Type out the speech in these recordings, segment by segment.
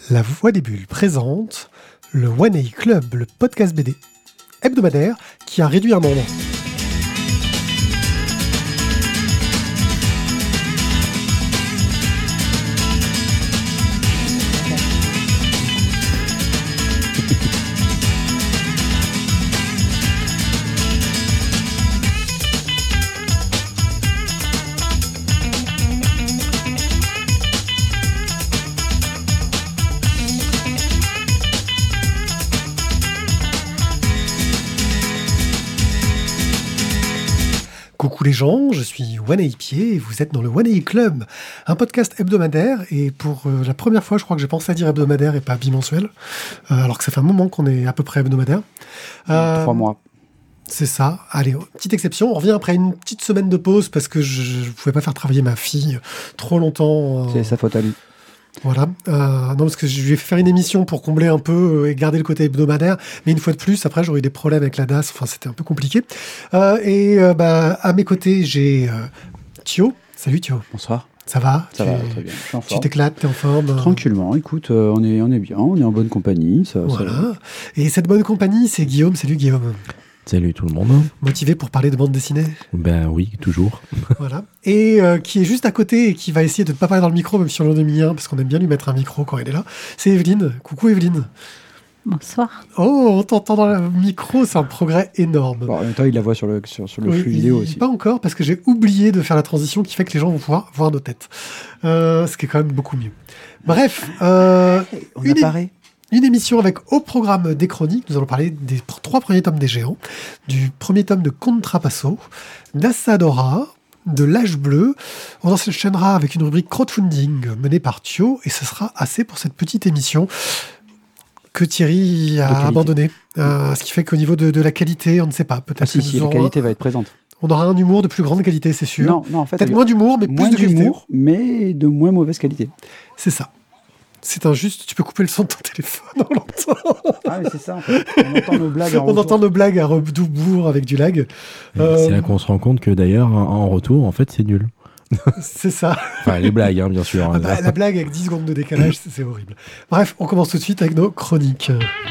La Voix des Bulles présente le One A Club, le podcast BD hebdomadaire qui a réduit un nombre. Coucou les gens, je suis One A Pied et vous êtes dans le One A Club, un podcast hebdomadaire. Et pour la première fois, je crois que j'ai pensé à dire hebdomadaire et pas bimensuel, alors que ça fait un moment qu'on est à peu près hebdomadaire. 3 mois. C'est ça. Allez, petite exception. On revient après une petite semaine de pause parce que je ne pouvais pas faire travailler ma fille trop longtemps. C'est sa faute à lui. Voilà. Non, parce que je lui ai fait faire une émission pour combler un peu et garder le côté hebdomadaire. Mais une fois de plus, après, j'aurais eu des problèmes avec la DAS. Enfin, c'était un peu compliqué. À mes côtés, j'ai Thio. Salut Thio. Bonsoir. Ça va? Ça va, très bien. Je suis en forme. Tu t'éclates, t'es en forme? Tranquillement. Écoute, on est bien, on est en bonne compagnie. Voilà. Et cette bonne compagnie, c'est Guillaume. Salut Guillaume. Salut tout le monde. Motivé pour parler de bande dessinée? Ben oui, toujours. Voilà. Et qui est juste à côté et qui va essayer de ne pas parler dans le micro, même si on en a mis un, parce qu'on aime bien lui mettre un micro quand elle est là. C'est Evelyne. Coucou Evelyne. Bonsoir. Oh, on t'entend dans le micro, c'est un progrès énorme. Bon, en même temps, il la voit sur le flux vidéo aussi. Pas encore, parce que j'ai oublié de faire la transition qui fait que les gens vont pouvoir voir nos têtes. Ce qui est quand même beaucoup mieux. Bref. On apparaît. Une émission avec au programme des chroniques. Nous allons parler des 3 premiers tomes des Géants, du premier tome de Contrapasso, d'Assadora, de l'Âge Bleu. On enchaînera avec une rubrique crowdfunding menée par Thio, et ce sera assez pour cette petite émission que Thierry a abandonnée. Ce qui fait qu'au niveau de la qualité, on ne sait pas. Peut-être si, la qualité va être présente. On aura un humour de plus grande qualité, c'est sûr. Non, en fait, peut-être moins d'humour, mais plus de qualité. D'humour, mais de moins mauvaise qualité. C'est ça. C'est injuste, tu peux couper le son de ton téléphone, on l'entend. Ah mais c'est ça en fait, on entend nos blagues on entend nos blagues à rebours avec du lag. C'est là qu'on se rend compte que d'ailleurs, en retour, en fait, c'est nul. C'est ça. Enfin, les blagues, hein, bien sûr. La blague avec 10 secondes de décalage, c'est horrible. Bref, on commence tout de suite avec nos chroniques.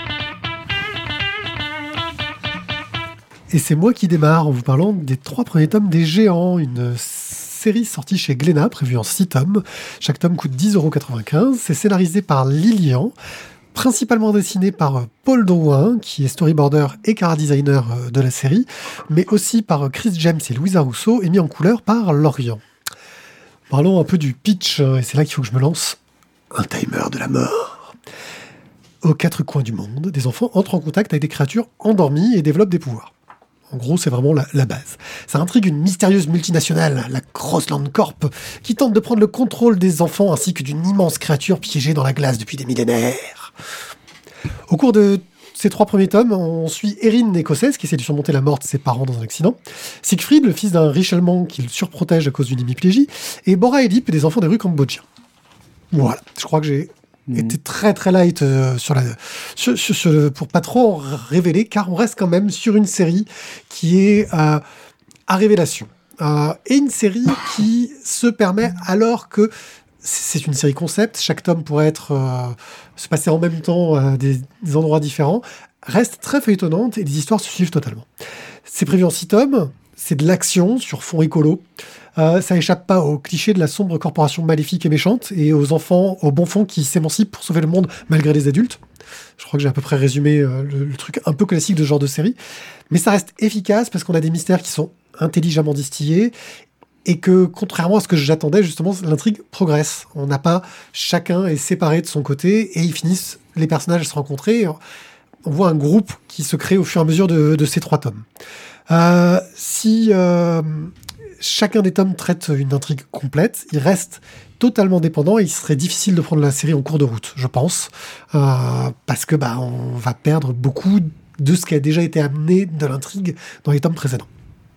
Et c'est moi qui démarre en vous parlant des 3 premiers tomes des Géants, une série sortie chez Glénat, prévue en 6 tomes. Chaque tome coûte 10,95 €. C'est scénarisé par Lilian, principalement dessiné par Paul Drouin, qui est storyboarder et chara-designer de la série, mais aussi par Chris James et Louisa Rousseau, et mis en couleur par Lorient. Parlons un peu du pitch, et c'est là qu'il faut que je me lance. Un timer de la mort. Aux 4 coins du monde, des enfants entrent en contact avec des créatures endormies et développent des pouvoirs. En gros, c'est vraiment la base. Ça intrigue une mystérieuse multinationale, la Crossland Corp, qui tente de prendre le contrôle des enfants ainsi que d'une immense créature piégée dans la glace depuis des millénaires. Au cours de ces 3 premiers tomes, on suit Erin, écossaise, qui essaie de surmonter la mort de ses parents dans un accident, Siegfried, le fils d'un riche Allemand qu'il surprotège à cause d'une hémiplégie, et Bora et Lip, des enfants des rues cambodgiens. Voilà, je crois que j'ai été très très light pour pas trop en révéler, car on reste quand même sur une série qui est à révélation. Et une série qui se permet, alors que c'est une série concept, chaque tome pourrait se passer en même temps à des endroits différents, reste très feuilletonnante et les histoires se suivent totalement. C'est prévu en 6 tomes, c'est de l'action sur fond écolo. Ça échappe pas aux clichés de la sombre corporation maléfique et méchante et aux enfants au bon fond qui s'émancipent pour sauver le monde malgré les adultes. Je crois que j'ai à peu près résumé le truc un peu classique de ce genre de série. Mais ça reste efficace parce qu'on a des mystères qui sont intelligemment distillés et que, contrairement à ce que j'attendais, justement, l'intrigue progresse. On n'a pas chacun est séparé de son côté et ils finissent, les personnages à se rencontrer. On voit un groupe qui se crée au fur et à mesure de ces 3 tomes. Chacun des tomes traite une intrigue complète, il reste totalement dépendant et il serait difficile de prendre la série en cours de route, je pense, parce que on va perdre beaucoup de ce qui a déjà été amené de l'intrigue dans les tomes précédents.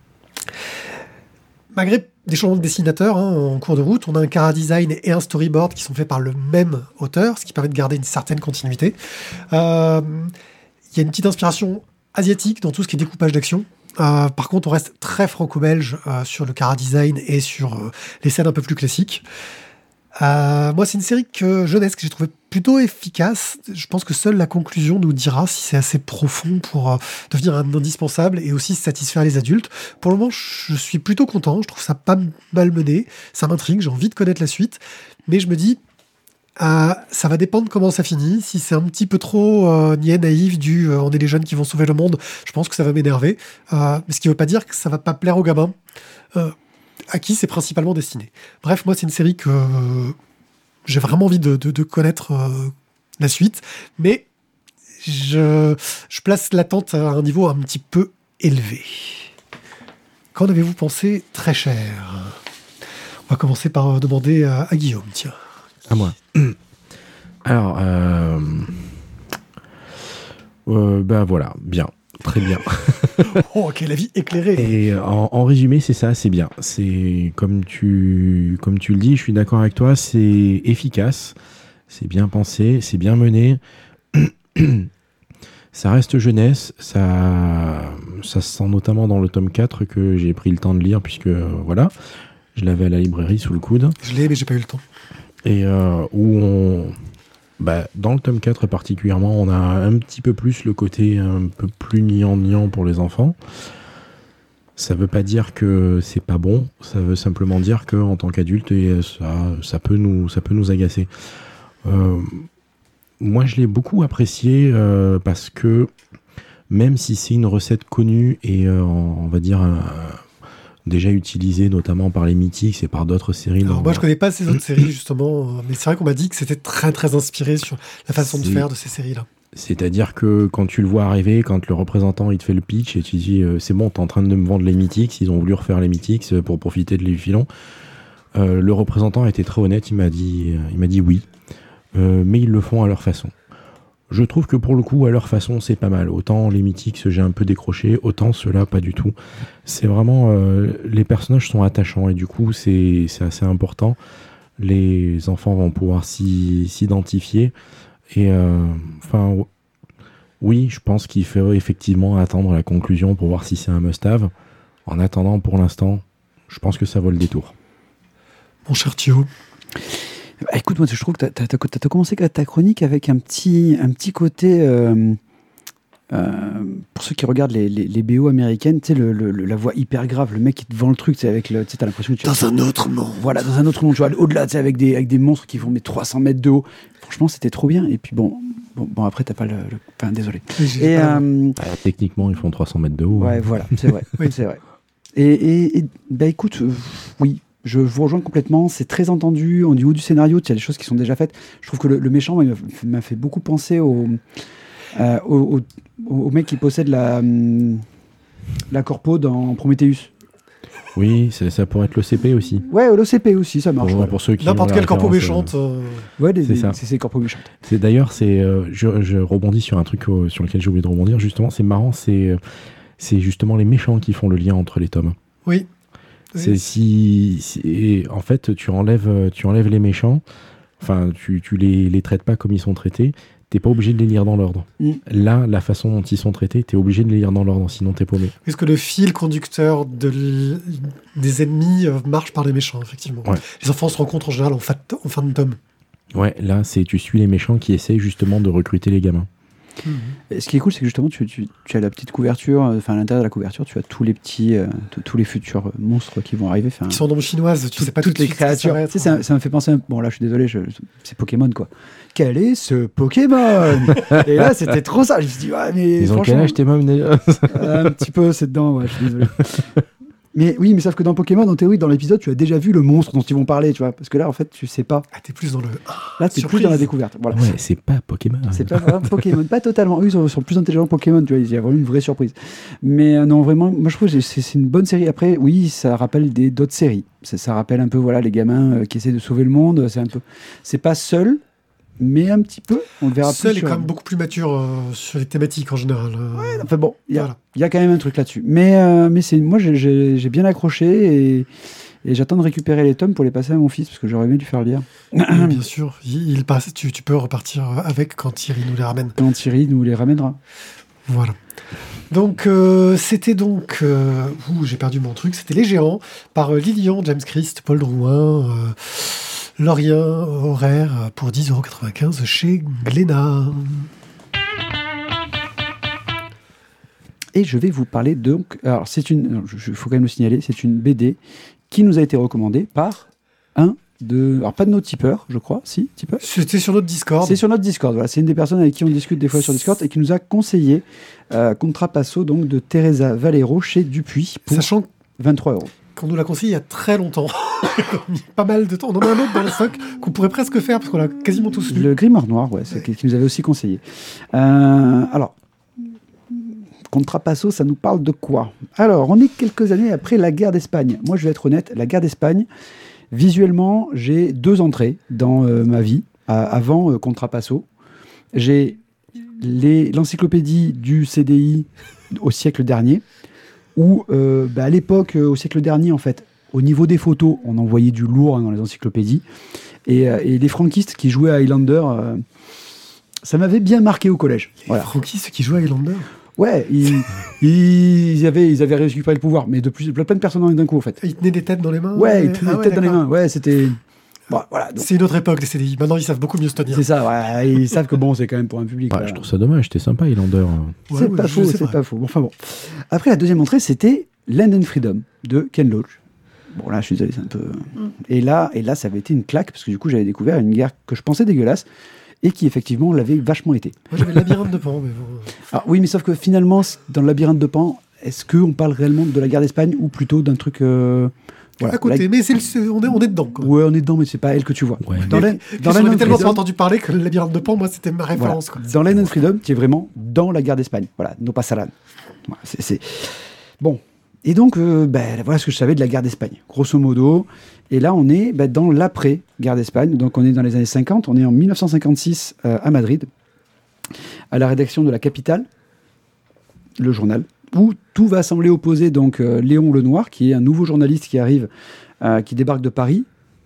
Malgré des changements de dessinateurs en cours de route, on a un chara-design et un storyboard qui sont faits par le même auteur, ce qui permet de garder une certaine continuité. Il y a une petite inspiration asiatique dans tout ce qui est découpage d'action. Par contre, on reste très franco-belge sur le chara-design et sur les scènes un peu plus classiques. Moi, c'est une série jeunesse que j'ai trouvée plutôt efficace. Je pense que seule la conclusion nous dira si c'est assez profond pour devenir un indispensable et aussi satisfaire les adultes. Pour le moment, je suis plutôt content. Je trouve ça pas mal mené. Ça m'intrigue. J'ai envie de connaître la suite. Mais je me dis, ça va dépendre comment ça finit. Si c'est un petit peu trop niais, naïf, on est les jeunes qui vont sauver le monde, je pense que ça va m'énerver. Mais ce qui ne veut pas dire que ça va pas plaire aux gamins. À qui c'est principalement destiné. Bref, moi, c'est une série que j'ai vraiment envie de connaître la suite, mais je place l'attente à un niveau un petit peu élevé. Qu'en avez-vous pensé, très cher? On va commencer par demander à Guillaume, tiens. À moi. Alors, ben voilà, bien. Très bien. Oh, quel avis éclairé. Et en résumé, c'est ça, c'est bien. C'est comme tu le dis, je suis d'accord avec toi, c'est efficace, c'est bien pensé, c'est bien mené. Ça reste jeunesse, ça se sent notamment dans le tome 4 que j'ai pris le temps de lire, puisque voilà, je l'avais à la librairie sous le coude. Je l'ai, mais j'ai pas eu le temps. Et dans le tome 4 particulièrement, on a un petit peu plus le côté un peu plus niant pour les enfants. Ça veut pas dire que c'est pas bon, ça veut simplement dire qu'en tant qu'adulte, ça peut nous agacer. Moi, je l'ai beaucoup apprécié parce que même si c'est une recette connue et on va dire déjà utilisée notamment par les Mythiques et par d'autres séries. Alors moi, je connais pas ces autres séries justement, mais c'est vrai qu'on m'a dit que c'était très très inspiré sur la façon de faire de ces séries-là. C'est-à-dire que quand tu le vois arriver, quand le représentant il te fait le pitch et tu dis c'est bon, t'es en train de me vendre les Mythiques, ils ont voulu refaire les Mythiques pour profiter de les filons. Le représentant a été très honnête, il m'a dit oui, mais ils le font à leur façon. Je trouve que pour le coup, à leur façon, c'est pas mal. Autant les Mythiques, j'ai un peu décroché, autant ceux-là, pas du tout. C'est vraiment... les personnages sont attachants et du coup, c'est assez important. Les enfants vont pouvoir s'identifier. Et oui, je pense qu'il faut effectivement attendre la conclusion pour voir si c'est un must-have. En attendant, pour l'instant, je pense que ça vaut le détour. Mon cher Thio. Écoute, moi, je trouve que t'as commencé ta chronique avec un petit côté... pour ceux qui regardent les BO américaines, tu sais, la voix hyper grave, le mec qui te vend le truc, avec le, t'as l'impression que tu dans un autre monde. Voilà, dans un autre monde, tu vois, au-delà, tu sais, avec des monstres qui font 300 mètres de haut. Franchement, c'était trop bien. Et puis bon après, t'as pas enfin, désolé. Et techniquement, ils font 300 mètres de haut. Ouais, voilà, c'est vrai. Oui. C'est vrai. Et écoute, oui. Je vous rejoins complètement, c'est très entendu. Au niveau du scénario, il y a des choses qui sont déjà faites. Je trouve que le méchant m'a fait beaucoup penser au mec qui possède la corpo dans Prometheus. Oui, ça pourrait être l'OCP aussi. Ouais, l'OCP aussi, ça marche. Pour ceux qui n'importe quelle corpo méchante. Ouais, c'est ces corpos méchantes. D'ailleurs, je rebondis sur un truc sur lequel j'ai oublié de rebondir. Justement, c'est marrant, c'est justement les méchants qui font le lien entre les tomes. Oui. En fait, tu enlèves les méchants, enfin, tu les traites pas comme ils sont traités, t'es pas obligé de les lire dans l'ordre. Là, la façon dont ils sont traités, t'es obligé de les lire dans l'ordre, sinon t'es paumé. Est-ce que le fil conducteur des ennemis marche par les méchants, effectivement. Ouais. Les enfants se rencontrent en général en fin de tome. Ouais, là, tu suis les méchants qui essayent justement de recruter les gamins. Et ce qui est cool, c'est que justement, tu as la petite couverture, enfin à l'intérieur de la couverture, tu as tous les petits, tous les futurs monstres qui vont arriver. Qui sont dans le chinoise, tu sais pas toutes les créatures. Tu sais, ça me fait penser. Bon, là, je suis désolé, c'est Pokémon, quoi. Quel est ce Pokémon? Et là, c'était trop ça. Je me suis dit, ouais, mais. Ils ont quel âge tes mômes déjà? Un petit peu, c'est dedans, ouais, je suis désolé. Mais oui, mais sauf que dans Pokémon, en théorie, dans l'épisode, tu as déjà vu le monstre dont ils vont parler, tu vois. Parce que là, en fait, tu sais pas. Ah, t'es plus dans le. Là, t'es plus dans la découverte. Voilà. Ouais, c'est pas Pokémon. C'est pas vraiment Pokémon. Pas totalement. Eux, ils sont plus intelligents que Pokémon, tu vois. Il y a vraiment une vraie surprise. Mais non, vraiment, moi, je trouve que c'est une bonne série. Après, oui, ça rappelle d'autres séries. Ça rappelle un peu, voilà, les gamins qui essaient de sauver le monde. C'est pas seul, mais un petit peu. On le verra plus. Seul est quand même beaucoup plus mature sur les thématiques en général. Ouais, enfin bon, il y a quand même un truc là-dessus. Mais moi, j'ai bien accroché et j'attends de récupérer les tomes pour les passer à mon fils parce que j'aurais aimé lui faire lire. Bien sûr, il passe. Tu peux repartir avec quand Thierry nous les ramène. Quand Thierry nous les ramènera. Voilà. Donc, c'était donc... j'ai perdu mon truc. C'était Les Géants par Lilian, James Christ, Paul Drouin. Lorien horaire pour 10,95 € chez Glénat. Et je vais vous parler donc. Alors, il faut quand même le signaler, c'est une BD qui nous a été recommandée par alors pas de nos tipeurs, je crois, si, tipeurs. C'était sur notre Discord. C'est sur notre Discord, voilà. C'est une des personnes avec qui on discute des fois sur Discord et qui nous a conseillé Contrapasso donc, de Teresa Valero chez Dupuis pour Sachant 23 €. qu'on nous l'a conseillé il y a très longtemps. Pas mal de temps. On en a un autre dans le stock qu'on pourrait presque faire parce qu'on l'a quasiment tous lu. Le Grimoire Noir, ouais, c'est qui nous avait aussi conseillé. Alors, Contrapasso, ça nous parle de quoi? Alors, on est quelques années après la guerre d'Espagne. Moi, je vais être honnête, la guerre d'Espagne, visuellement, j'ai 2 entrées dans ma vie avant Contrapasso. J'ai l'encyclopédie du CDI au siècle dernier, où à l'époque, au siècle dernier, en fait, au niveau des photos, on envoyait du lourd dans les encyclopédies. Et les franquistes qui jouaient à Highlander, ça m'avait bien marqué au collège. Voilà. Franquistes qui jouaient à Highlander. Ouais, ils avaient récupéré le pouvoir, mais plein de personnes d'un coup, en fait. Ils tenaient des têtes dans les mains. Ouais, ils tenaient des têtes dans les mains. Ouais, c'était... Bon, voilà, donc... C'est une autre époque, les CDI. Maintenant, ils savent beaucoup mieux se tenir. C'est ça, ouais, ils savent que bon, c'est quand même pour un public. Ouais, voilà. Je trouve ça dommage, c'était sympa, Highlander. C'est pas faux, c'est pas faux. Enfin bon. Après, la deuxième entrée, c'était Land and Freedom de Ken Loach. Bon, là, je suis désolé, c'est un peu... Et là, ça avait été une claque, parce que du coup, j'avais découvert une guerre que je pensais dégueulasse, et qui, effectivement, l'avait vachement été. Moi, j'avais le labyrinthe de Pan, mais bon... Alors, oui, mais sauf que finalement, dans le labyrinthe de Pan, est-ce qu'on parle réellement de la guerre d'Espagne, ou plutôt d'un truc... Voilà, à côté, mais on est dedans. Quoi. Ouais, on est dedans, mais c'est pas elle que tu vois. Ouais. J'en avais tellement entendu parler que le labyrinthe de Pan, moi, c'était ma référence. Voilà. Quoi. Dans Land and Freedom, tu es vraiment dans la guerre d'Espagne. Voilà, no pasaran. Voilà, c'est... Bon. Et donc, voilà ce que je savais de la guerre d'Espagne, grosso modo. Et là, on est dans l'après-guerre d'Espagne. Donc, on est dans les années 50. On est en 1956 à Madrid, à la rédaction de La Capitale, le journal, où tout va sembler opposer donc Léon Lenoir, qui est un nouveau journaliste qui arrive, qui débarque de Paris,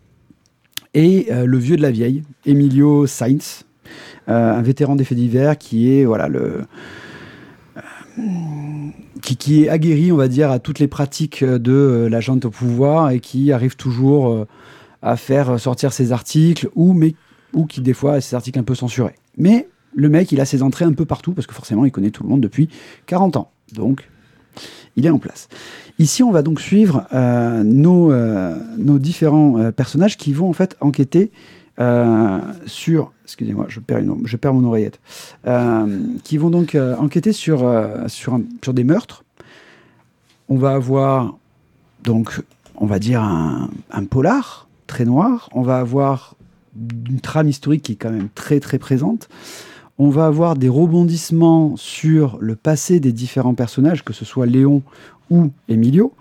et le vieux de la vieille, Emilio Sainz, un vétéran des faits divers qui est voilà qui est aguerri, on va dire, à toutes les pratiques de la junte au pouvoir et qui arrive toujours à faire sortir ses articles ou qui des fois a ses articles un peu censurés. Mais le mec, il a ses entrées un peu partout parce que forcément, il connaît tout le monde depuis 40 ans. Donc, il est en place. Ici, on va donc suivre nos différents personnages qui vont en fait enquêter sur... Excusez-moi, je perds mon oreillette. Qui vont donc enquêter sur des meurtres. On va avoir, donc, on va dire un polar très noir. On va avoir une trame historique qui est quand même très, très présente. On va avoir des rebondissements sur le passé des différents personnages, que ce soit Léon ou Emilio.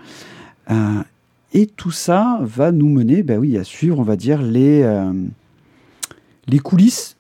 Et tout ça va nous mener à suivre, on va dire, les coulisses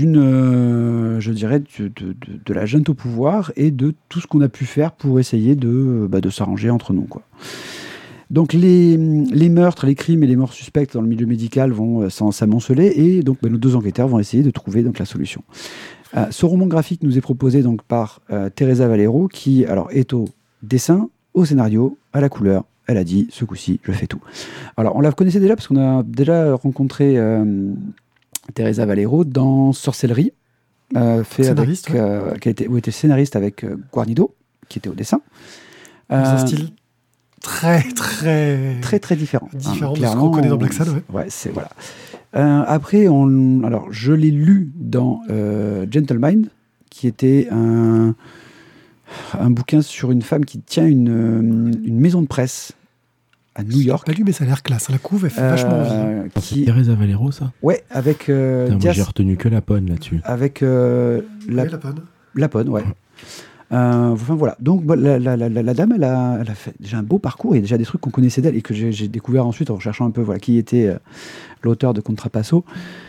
je dirais, de la junte au pouvoir et de tout ce qu'on a pu faire pour essayer de s'arranger entre nous, quoi. Donc les meurtres, les crimes et les morts suspectes dans le milieu médical vont s'amonceler et donc nos 2 enquêteurs vont essayer de trouver donc la solution. Ce roman graphique nous est proposé donc par Teresa Valero qui alors est au dessin, au scénario, à la couleur. Elle a dit ce coup-ci je fais tout. Alors on la connaissait déjà parce qu'on a déjà rencontré Teresa Valero dans Sorcellerie, scénariste, qui était scénariste avec Guarnido, qui était au dessin. Un style très différent. Différent de ce qu'on connaît dans Black Sun. Ouais, voilà. Après, alors, je l'ai lu dans Gentleman, qui était un bouquin sur une femme qui tient une maison de presse à New York. Pas lu, mais ça a l'air classe. La couve, elle fait vachement envie. C'est Teresa Valero, ça? Ouais, avec... moi, j'ai retenu que Lapone là-dessus. Avec Lapone. Lapone, ouais. Enfin, voilà. Donc, la dame, elle a fait déjà un beau parcours. Il y a déjà des trucs qu'on connaissait d'elle et que j'ai découvert ensuite en recherchant un peu qui était l'auteur de Contrapasso.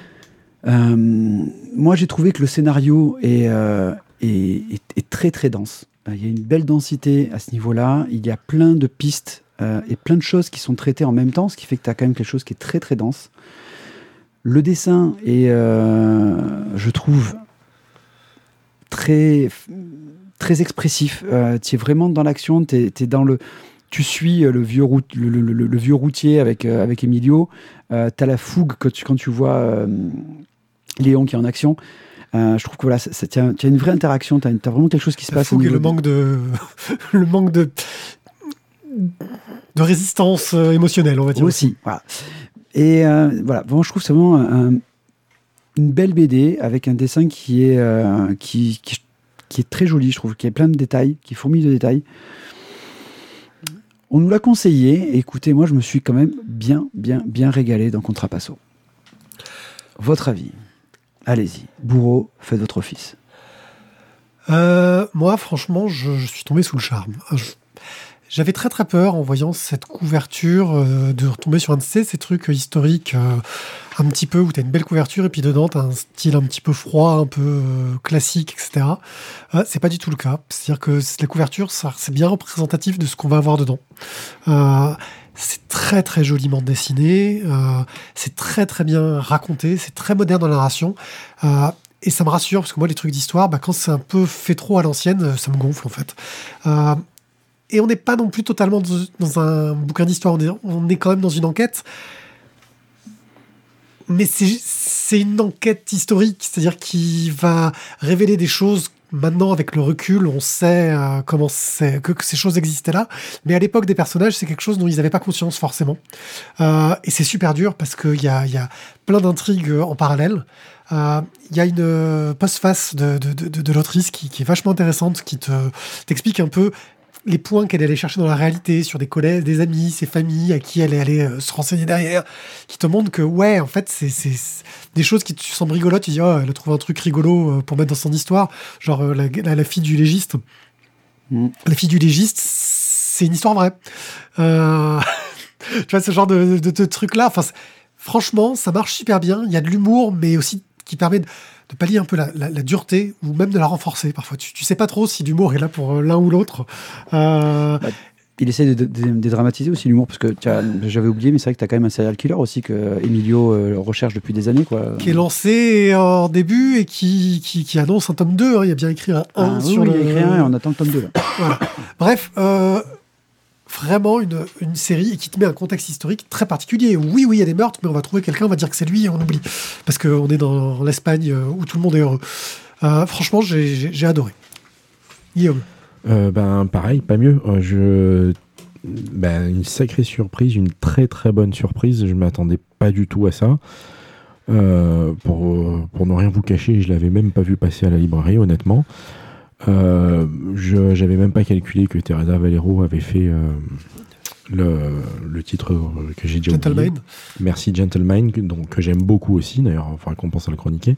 Moi, j'ai trouvé que le scénario est très, très dense. Il y a une belle densité à ce niveau-là. Il y a plein de pistes et plein de choses qui sont traitées en même temps, ce qui fait que tu as quand même quelque chose qui est très, très dense. Le dessin est, je trouve, très, très expressif. Tu es vraiment dans l'action, tu tu suis le vieux routier avec Emilio. T'as la fougue quand tu vois Léon qui est en action. Je trouve que voilà, tu as une vraie interaction, tu as vraiment quelque chose qui se passe. Fougue et le manque de résistance émotionnelle, on va dire. Aussi, voilà. Et voilà, vraiment, je trouve que c'est vraiment une belle BD avec un dessin qui est très joli, je trouve, qui a plein de détails, qui fourmille de détails. On nous l'a conseillé. Écoutez, moi, je me suis quand même bien régalé dans Contrapasso. Votre avis? Allez-y. Bourreau, faites votre office. Moi, franchement, je suis tombé sous le charme. J'avais très très peur en voyant cette couverture de retomber sur un de ces trucs historiques un petit peu où tu as une belle couverture et puis dedans tu as un style un petit peu froid, un peu classique, etc. C'est pas du tout le cas. C'est-à-dire que la couverture, c'est bien représentatif de ce qu'on va avoir dedans. C'est très très joliment dessiné, c'est très très bien raconté, c'est très moderne dans la narration. Et ça me rassure, parce que moi, les trucs d'histoire, quand c'est un peu fait trop à l'ancienne, ça me gonfle, en fait. Et on n'est pas non plus totalement dans un bouquin d'histoire, on est quand même dans une enquête. Mais c'est une enquête historique, c'est-à-dire qui va révéler des choses. Maintenant, avec le recul, on sait que ces choses existaient là. Mais à l'époque des personnages, c'est quelque chose dont ils n'avaient pas conscience forcément. Et c'est super dur parce qu'il y a plein d'intrigues en parallèle. Il y a une postface de l'autrice qui est vachement intéressante, qui t'explique un peu les points qu'elle allait chercher dans la réalité, sur des collègues, des amis, ses familles, à qui elle est allée se renseigner derrière, qui te montrent que, ouais, en fait, c'est des choses qui tu semblent rigolotes, tu dis, oh, elle a trouvé un truc rigolo pour mettre dans son histoire, genre la fille du légiste. La fille du légiste, c'est une histoire vraie. Tu vois, ce genre de truc-là, enfin, franchement, ça marche super bien, il y a de l'humour, mais aussi qui permet de pallier un peu la dureté ou même de la renforcer parfois. Tu sais pas trop si l'humour est là pour l'un ou l'autre. Il essaie de dédramatiser aussi l'humour, parce que j'avais oublié, mais c'est vrai que tu as quand même un serial killer aussi que Emilio recherche depuis des années, quoi. Qui est lancé en début et qui annonce un tome 2. Il y a bien écrit un 1 sur oui, il y a écrit un et on attend le tome 2. Là. Voilà. Bref, vraiment une série et qui te met un contexte historique très particulier. Oui, il y a des meurtres, mais on va trouver quelqu'un, on va dire que c'est lui et on oublie. Parce qu'on est dans l'Espagne où tout le monde est heureux. Franchement, j'ai adoré. Guillaume? Pareil, pas mieux. Une sacrée surprise, une très très bonne surprise. Je m'attendais pas du tout à ça. Pour ne rien vous cacher, je l'avais même pas vu passer à la librairie, honnêtement. J'avais même pas calculé que Teresa Valero avait fait le titre que j'ai déjà oublié. Merci, Gentleman, donc que j'aime beaucoup aussi. D'ailleurs, il faudra qu'on pense à le chroniquer.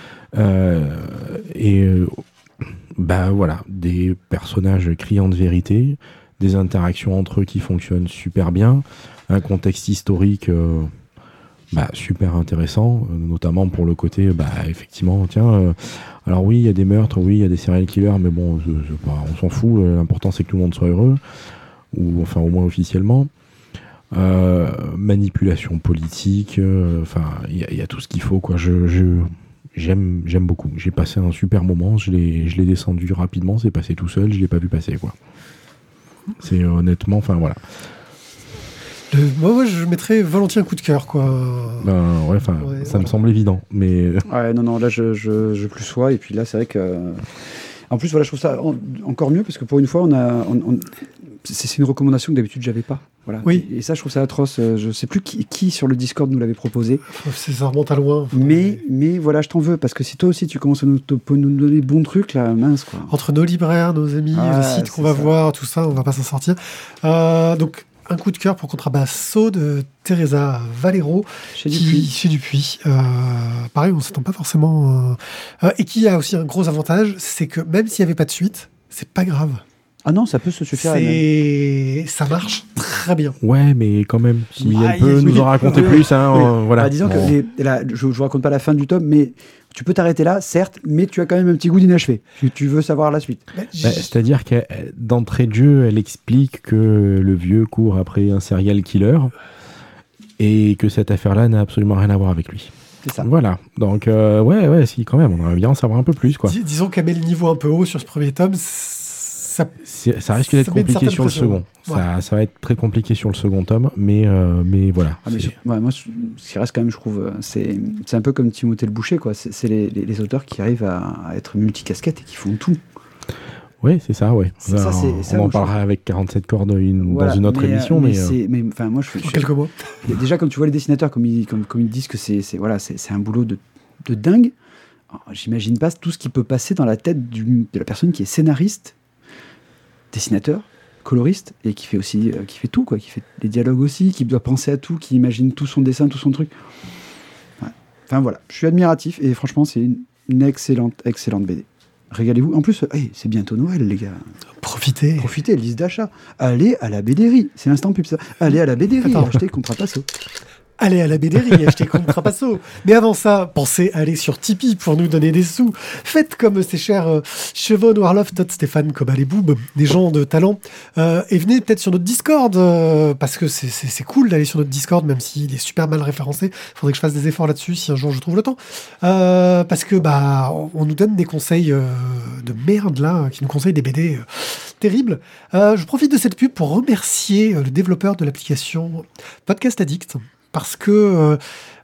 Voilà, des personnages criants de vérité, des interactions entre eux qui fonctionnent super bien, un contexte historique super intéressant, notamment pour le côté, effectivement, alors oui, il y a des meurtres, oui, il y a des serial killers, mais bon, on s'en fout, l'important c'est que tout le monde soit heureux, ou enfin au moins officiellement. Manipulation politique, il y a tout ce qu'il faut, quoi. J'aime beaucoup. J'ai passé un super moment, je l'ai descendu rapidement, c'est passé tout seul, je l'ai pas vu passer, quoi. C'est honnêtement, voilà. Moi, je mettrais volontiers un coup de cœur, quoi. Ça me semble évident, mais... Ouais, non, là, je plus sois, et puis là, c'est vrai que... En plus, voilà, je trouve ça encore mieux, parce que pour une fois, c'est une recommandation que d'habitude, j'avais pas. Voilà. Oui. Et ça, je trouve ça atroce. Je sais plus qui sur le Discord nous l'avait proposé. Ça remonte à loin. Mais voilà, je t'en veux, parce que si toi aussi, tu commences à nous donner des bons trucs, là, mince, quoi. Entre nos libraires, nos amis, les sites qu'on va voir, tout ça, on va pas s'en sortir. Donc... Un coup de cœur pour Contrapasso de Teresa Valero chez Dupuis. Pareil, on ne s'attend pas forcément. Et qui a aussi un gros avantage, c'est que même s'il n'y avait pas de suite, c'est pas grave. Ah non, ça peut se suffire. Ça marche très bien. Ouais, mais quand même, si elle peut nous en raconter plus, voilà. Disons que je vous raconte pas la fin du tome, mais tu peux t'arrêter là, certes, mais tu as quand même un petit goût d'inachevé. Tu veux savoir la suite. C'est-à-dire que d'entrée de jeu, elle explique que le vieux court après un serial killer et que cette affaire-là n'a absolument rien à voir avec lui. C'est ça. Voilà. Donc, si, quand même, on aimerait bien en savoir un peu plus, quoi. Disons qu'elle met le niveau un peu haut sur ce premier tome. Ça risque d'être ça met une compliqué certaine sur le pression. second. Ça va être très compliqué sur le second tome, mais voilà. Ah, mais moi, ce qui reste quand même, je trouve, c'est un peu comme Timothée le Boucher, quoi. C'est les auteurs qui arrivent à être multicasquettes et qui font tout. Oui, c'est ça, ouais. Ça, on en parlera avec 47 cordes dans une autre émission, mais enfin, moi, En quelques mots. déjà, quand tu vois les dessinateurs, comme ils disent que c'est un boulot de dingue, j'imagine pas tout ce qui peut passer dans la tête de la personne qui est scénariste, dessinateur, coloriste, et qui fait aussi qui fait tout, quoi, qui fait les dialogues aussi, qui doit penser à tout, qui imagine tout son dessin, tout son truc. Ouais. Enfin voilà, je suis admiratif et franchement c'est une excellente BD. Régalez-vous. En plus, c'est bientôt Noël, les gars. Profitez, liste d'achat. Allez à la BDerie. C'est l'instant pub, ça. Allez à la BDerie, achetez Contrapasso. Allez à la BDerie, achetez Contrapasso. Mais avant ça, pensez à aller sur Tipeee pour nous donner des sous. Faites comme ces chers Chevon, Warloff, Todd, Stéphane, Cobal et Boob, des gens de talent. Et venez peut-être sur notre Discord, parce que c'est cool d'aller sur notre Discord, même s'il est super mal référencé. Faudrait que je fasse des efforts là-dessus si un jour je trouve le temps. Parce que on nous donne des conseils de merde, là, qui nous conseillent des BD terribles. Je profite de cette pub pour remercier le développeur de l'application Podcast Addict, parce que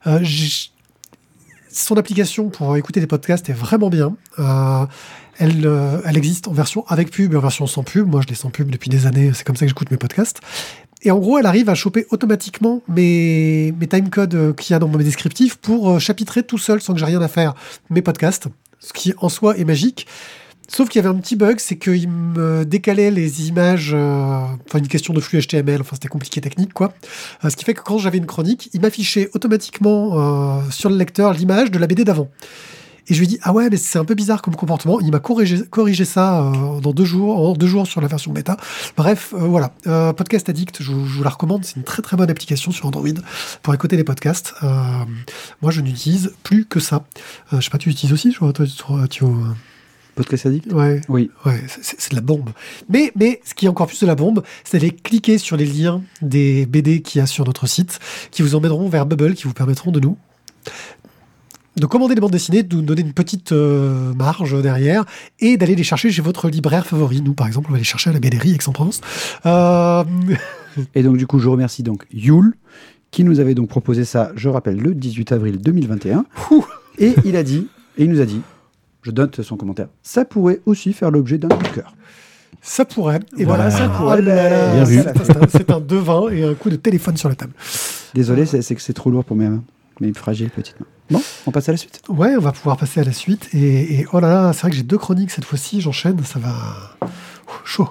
son application pour écouter des podcasts est vraiment bien. Elle existe en version avec pub et en version sans pub. Moi, je l'ai sans pub depuis des années. C'est comme ça que j'écoute mes podcasts. Et en gros, elle arrive à choper automatiquement mes timecodes qu'il y a dans mes descriptifs pour chapitrer tout seul, sans que j'ai rien à faire, mes podcasts. Ce qui, en soi, est magique. Sauf qu'il y avait un petit bug, c'est qu'il me décalait les images, une question de flux HTML, c'était compliqué technique, quoi. Ce qui fait que quand j'avais une chronique, il m'affichait automatiquement sur le lecteur l'image de la BD d'avant. Et je lui ai dit, ah ouais, mais c'est un peu bizarre comme comportement. Il m'a corrigé ça en 2 jours sur la version bêta. Bref, voilà. Podcast Addict, je vous la recommande. C'est une très très bonne application sur Android pour écouter les podcasts. Moi, je n'utilise plus que ça. Je sais pas, tu utilises aussi, Podcast Addict ? Ouais. Oui. Ouais, c'est de la bombe. Mais ce qui est encore plus de la bombe, c'est d'aller cliquer sur les liens des BD qu'il y a sur notre site, qui vous emmèneront vers Bubble, qui vous permettront de commander des bandes dessinées, de nous donner une petite marge derrière, et d'aller les chercher chez votre libraire favori. Nous, par exemple, on va les chercher à la BDerie Aix-en-Provence. Et donc, du coup, je remercie donc Yul, qui nous avait donc proposé ça, je rappelle, le 18 avril 2021. Et il nous a dit, je note son commentaire, ça pourrait aussi faire l'objet d'un coup de cœur. Ça pourrait. Et voilà, ça pourrait. Bien vu. C'est un devin et un coup de téléphone sur la table. Désolé, c'est que c'est trop lourd pour mes mains. Mes fragiles petites mains. Bon, on passe à la suite. Ouais, on va pouvoir passer à la suite. Et oh là là, c'est vrai que j'ai 2 chroniques cette fois-ci. J'enchaîne, ça va... chaud.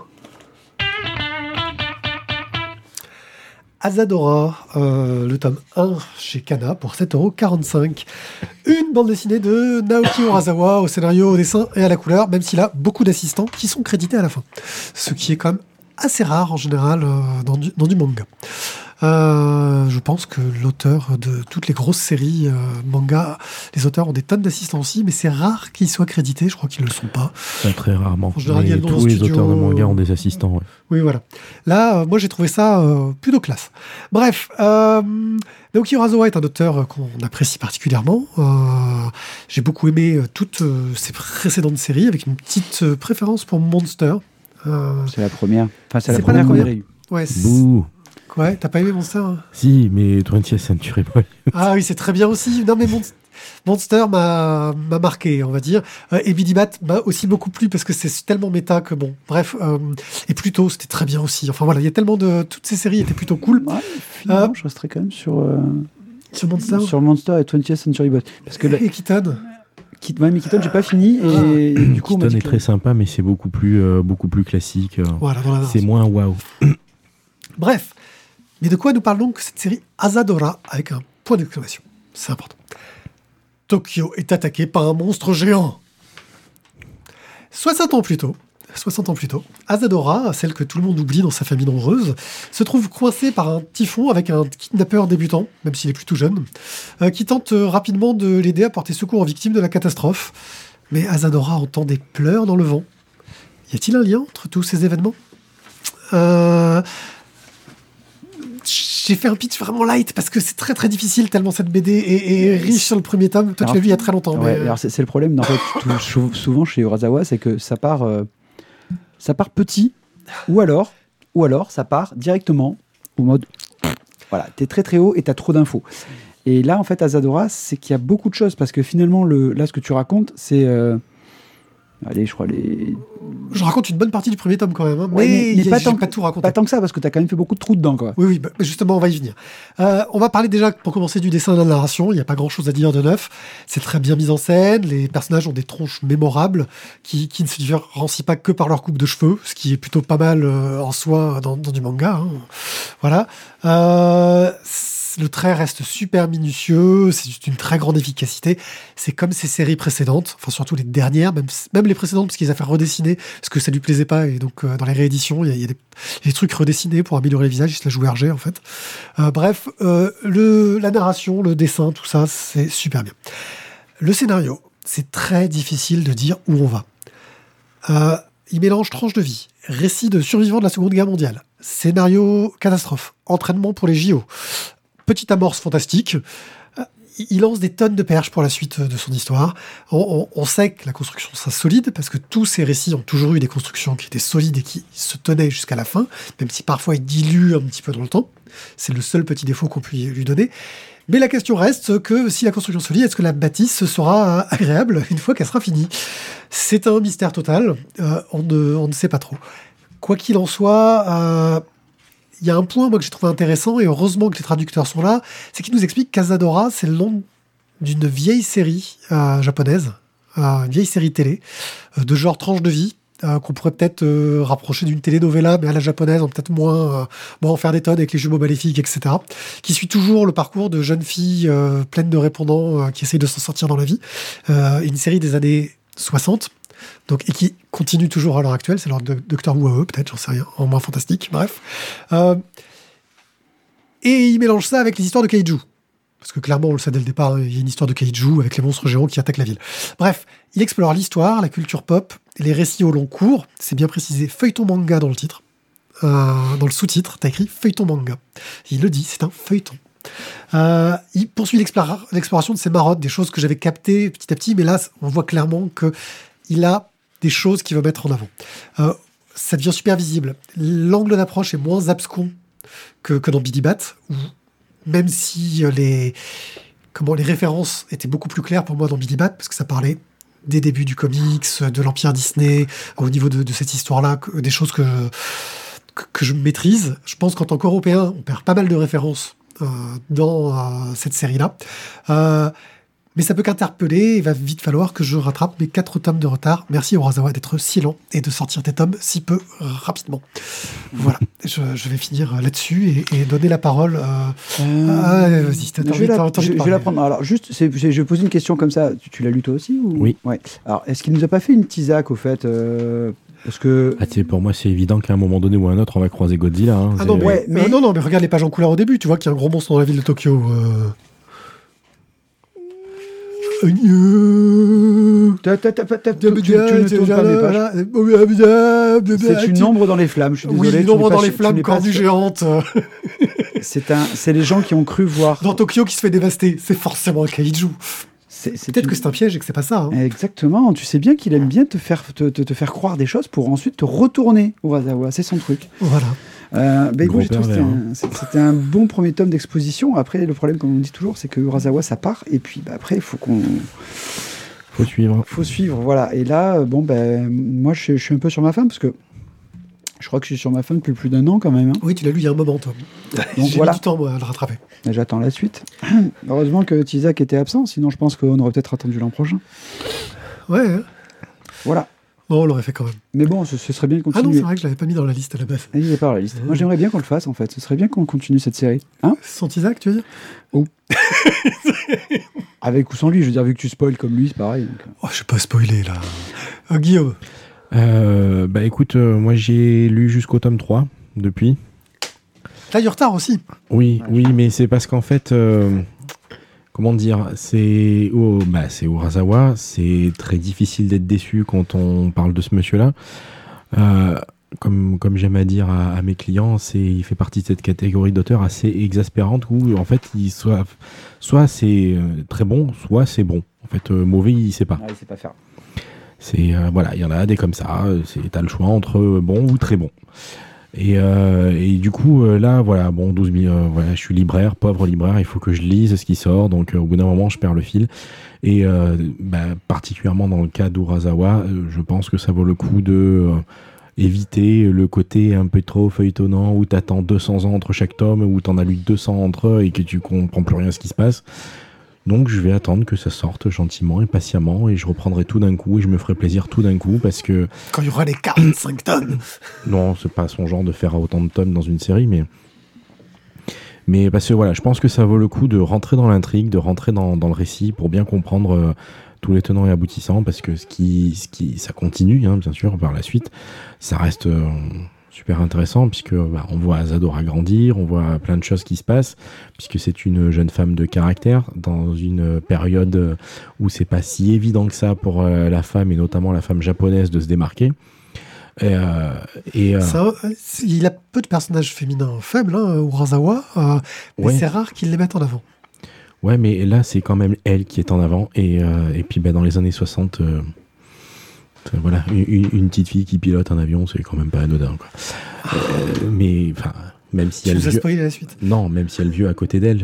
Asadora, le tome 1 chez Kana pour 7,45 €. Une bande dessinée de Naoki Urasawa au scénario, au dessin et à la couleur, même s'il a beaucoup d'assistants qui sont crédités à la fin. Ce qui est quand même assez rare en général dans du manga. Je pense que l'auteur de toutes les grosses séries manga, les auteurs ont des tonnes d'assistants aussi, mais c'est rare qu'ils soient crédités, je crois qu'ils ne le sont pas. Très rarement. En général, il y a le nom tous d'un les studio, auteurs de manga ont des assistants. Ouais. Oui, voilà. Là, moi, j'ai trouvé ça plutôt classe. Bref, Naoki Urasawa est un auteur qu'on apprécie particulièrement. J'ai beaucoup aimé toutes ses précédentes séries, avec une petite préférence pour Monster. C'est la première. Enfin, c'est la C'est pas première la qu'on première. ait eue. Ouais, Bouh. ouais, t'as pas aimé Monster, hein? Si, mais 20th Century Boy. Ah oui, c'est très bien aussi. Non, mais Monster m'a marqué, on va dire. Et Billy Bat m'a aussi beaucoup plu parce que c'est tellement méta que bon. Bref, et Pluto, c'était très bien aussi. Enfin voilà, il y a tellement de... Toutes ces séries étaient plutôt cool. Ouais, finalement, je resterai quand même sur Monster. Sur Monster et 20th Century Boy. Parce que Et Keaton. Ouais, mais Keaton, j'ai pas fini. Et du coup, on m'a Keaton dit est très sympa, mais c'est beaucoup plus classique. Voilà, dans la C'est moins waouh. Bref, mais de quoi nous parle donc cette série Asadora avec un point d'exclamation. C'est important. Tokyo est attaqué par un monstre géant. 60 ans plus tôt, Asadora, celle que tout le monde oublie dans sa famille nombreuse, se trouve coincée par un typhon avec un kidnappeur débutant, même s'il est plutôt jeune, qui tente rapidement de l'aider à porter secours aux victimes de la catastrophe. Mais Asadora entend des pleurs dans le vent. Y a-t-il un lien entre tous ces événements ? J'ai fait un pitch vraiment light parce que c'est très très difficile tellement cette BD est riche sur le premier tome. Toi, tu l'as vu il y a très longtemps. Ouais, mais... alors c'est le problème, en fait, souvent chez Urasawa, c'est que ça part ça part petit, ou alors ça part directement au mode voilà, t'es très très haut et t'as trop d'infos. Et là, en fait, Asadora, c'est qu'il y a beaucoup de choses parce que finalement, là, ce que tu racontes, c'est. Allez, je crois Je raconte une bonne partie du premier tome quand même, hein, ouais, mais pas tout raconté. Pas tant que ça, parce que t'as quand même fait beaucoup de trous dedans, quoi. Oui, bah, justement, on va y venir. On va parler déjà, pour commencer, du dessin et de la narration. Il n'y a pas grand-chose à dire de neuf. C'est très bien mis en scène. Les personnages ont des tronches mémorables qui ne se différencient pas que par leur coupe de cheveux, ce qui est plutôt pas mal en soi dans du manga. Hein. Voilà. Le trait reste super minutieux, c'est juste une très grande efficacité. C'est comme ces séries précédentes, enfin surtout les dernières, même les précédentes, parce qu'ils les a fait redessiner, parce que ça lui plaisait pas, et donc dans les rééditions, il y a des trucs redessinés pour améliorer le visage, il se la joue RG en fait. Bref, la narration, le dessin, tout ça, c'est super bien. Le scénario, c'est très difficile de dire où on va. Il mélange tranches de vie, récits de survivants de la Seconde Guerre mondiale, scénario catastrophe, entraînement pour les JO, petite amorce fantastique. Il lance des tonnes de perches pour la suite de son histoire. On sait que la construction sera solide, parce que tous ces récits ont toujours eu des constructions qui étaient solides et qui se tenaient jusqu'à la fin, même si parfois ils diluent un petit peu dans le temps. C'est le seul petit défaut qu'on peut lui donner. Mais la question reste que si la construction est solide, est-ce que la bâtisse sera agréable une fois qu'elle sera finie ? C'est un mystère total. On ne sait pas trop. Quoi qu'il en soit... Il y a un point, moi, que j'ai trouvé intéressant, et heureusement que les traducteurs sont là, c'est qu'ils nous expliquent qu'Asadora, c'est le nom d'une vieille série japonaise, une vieille série télé, de genre tranche de vie, qu'on pourrait peut-être rapprocher d'une telenovela, mais à la japonaise, peut-être moins en faire des tonnes avec les jumeaux maléfiques, etc., qui suit toujours le parcours de jeunes filles pleines de répondants qui essayent de s'en sortir dans la vie. Une série des années 60, donc, et qui continue toujours à l'heure actuelle, c'est leur Docteur Who à eux, peut-être, j'en sais rien, en moins fantastique, bref. Et il mélange ça avec les histoires de kaiju. Parce que clairement, on le sait dès le départ, il y a une histoire de kaiju avec les monstres géants qui attaquent la ville. Bref, il explore l'histoire, la culture pop, les récits au long cours, c'est bien précisé, feuilleton manga dans le titre. Dans le sous-titre, t'as écrit feuilleton manga. Il le dit, c'est un feuilleton. Il poursuit l'exploration de ses marottes, des choses que j'avais captées petit à petit, mais là, on voit clairement qu'il a des choses qu'il veut mettre en avant. Ça devient super visible. L'angle d'approche est moins abscon que dans Billy Bat, où même si les références étaient beaucoup plus claires pour moi dans Billy Bat, parce que ça parlait des débuts du comics, de l'Empire Disney, au niveau de cette histoire-là, des choses que je maîtrise. Je pense qu'en tant qu'Européen, on perd pas mal de références dans cette série-là. Mais ça peut qu'interpeller, il va vite falloir que je rattrape mes 4 tomes de retard. Merci Urasawa d'être si lent et de sortir tes tomes si peu rapidement. Voilà, je vais finir là-dessus et donner la parole. Vas-y, je vais la prendre. Alors, juste, je vais poser une question comme ça. Tu l'as lu toi aussi ou... Oui. Ouais. Alors, est-ce qu'il nous a pas fait une tisaque au fait parce que... pour moi, c'est évident qu'à un moment donné ou à un autre, on va croiser Godzilla. Hein. Ah non, mais regarde les pages en couleur au début. Tu vois qu'il y a un gros monstre dans la ville de Tokyo. Tu ne tournes pas mes pages. C'est une ombre dans les flammes, je suis désolé. Oui, une ombre dans les flammes, cornue géante. C'est les gens qui ont cru voir... Dans Tokyo qui se fait dévaster, c'est forcément un kaiju. Peut-être que c'est un piège et que c'est pas ça. Hein. Exactement, tu sais bien qu'il aime bien te faire croire des choses pour ensuite te retourner, Urasawa, c'est son truc. Voilà. Écoute, c'était un bon premier tome d'exposition. Après, le problème, comme on dit toujours, c'est que Urasawa, ça part, et puis après, il faut qu'on... Faut suivre. Faut suivre, voilà. Et là, moi, je suis un peu sur ma fin, parce que je crois que je suis sur ma fin depuis plus d'un an, quand même. Hein. Oui, tu l'as lu il y a un moment, toi. Donc, J'ai mis du temps, moi, à le rattraper. Et j'attends la suite. Heureusement que Tizak était absent, sinon je pense qu'on aurait peut-être attendu l'an prochain. Ouais. Hein. Voilà. Bon, on l'aurait fait quand même. Mais bon, ce serait bien de continuer. Ah non, c'est vrai que je l'avais pas mis dans la liste à la base. Il n'est pas dans la liste. Moi, j'aimerais bien qu'on le fasse, en fait. Ce serait bien qu'on continue cette série. Hein ? Sans Isaac, tu veux dire ? Oh. Avec ou sans lui, je veux dire, vu que tu spoil comme lui, c'est pareil. Donc... Oh, je vais pas spoiler, là. Guillaume ? Écoute, moi, j'ai lu jusqu'au tome 3, depuis. T'as du retard aussi ? Oui, mais c'est parce qu'en fait... Comment dire, c'est Urasawa, c'est très difficile d'être déçu quand on parle de ce monsieur-là. Comme j'aime à dire à mes clients, il fait partie de cette catégorie d'auteurs assez exaspérante où en fait, soit c'est très bon, soit c'est bon. En fait, mauvais, il sait pas. Ah, il sait pas faire. Voilà, il y en a des comme ça. T'as le choix entre bon ou très bon. Et du coup, là, voilà, bon, 12 000, voilà, je suis libraire, pauvre libraire, il faut que je lise ce qui sort, donc au bout d'un moment, je perds le fil. Et particulièrement dans le cas d'Urasawa, je pense que ça vaut le coup de éviter le côté un peu trop feuilletonnant où t'attends 200 ans entre chaque tome, où t'en as lu 200 entre eux et que tu comprends plus rien à ce qui se passe. Donc je vais attendre que ça sorte gentiment et patiemment et je reprendrai tout d'un coup et je me ferai plaisir tout d'un coup parce que... Quand il y aura les 45 tonnes. Non, c'est pas son genre de faire autant de tonnes dans une série, mais parce que voilà, je pense que ça vaut le coup de rentrer dans l'intrigue, de rentrer dans le récit pour bien comprendre tous les tenants et aboutissants parce que ça continue, hein, bien sûr, par la suite. Ça reste... super intéressant puisque on voit Asadora grandir, on voit plein de choses qui se passent puisque c'est une jeune femme de caractère dans une période où c'est pas si évident que ça pour la femme et notamment la femme japonaise de se démarquer. Il a peu de personnages féminins faibles, hein, Urasawa, mais c'est rare qu'ils les mettent en avant. Ouais, mais là c'est quand même elle qui est en avant et puis dans les années 60 voilà, une petite fille qui pilote un avion, c'est quand même pas anodin, quoi. Mais enfin, même si elle spoilé la suite. Non, même si elle vit à côté d'elle,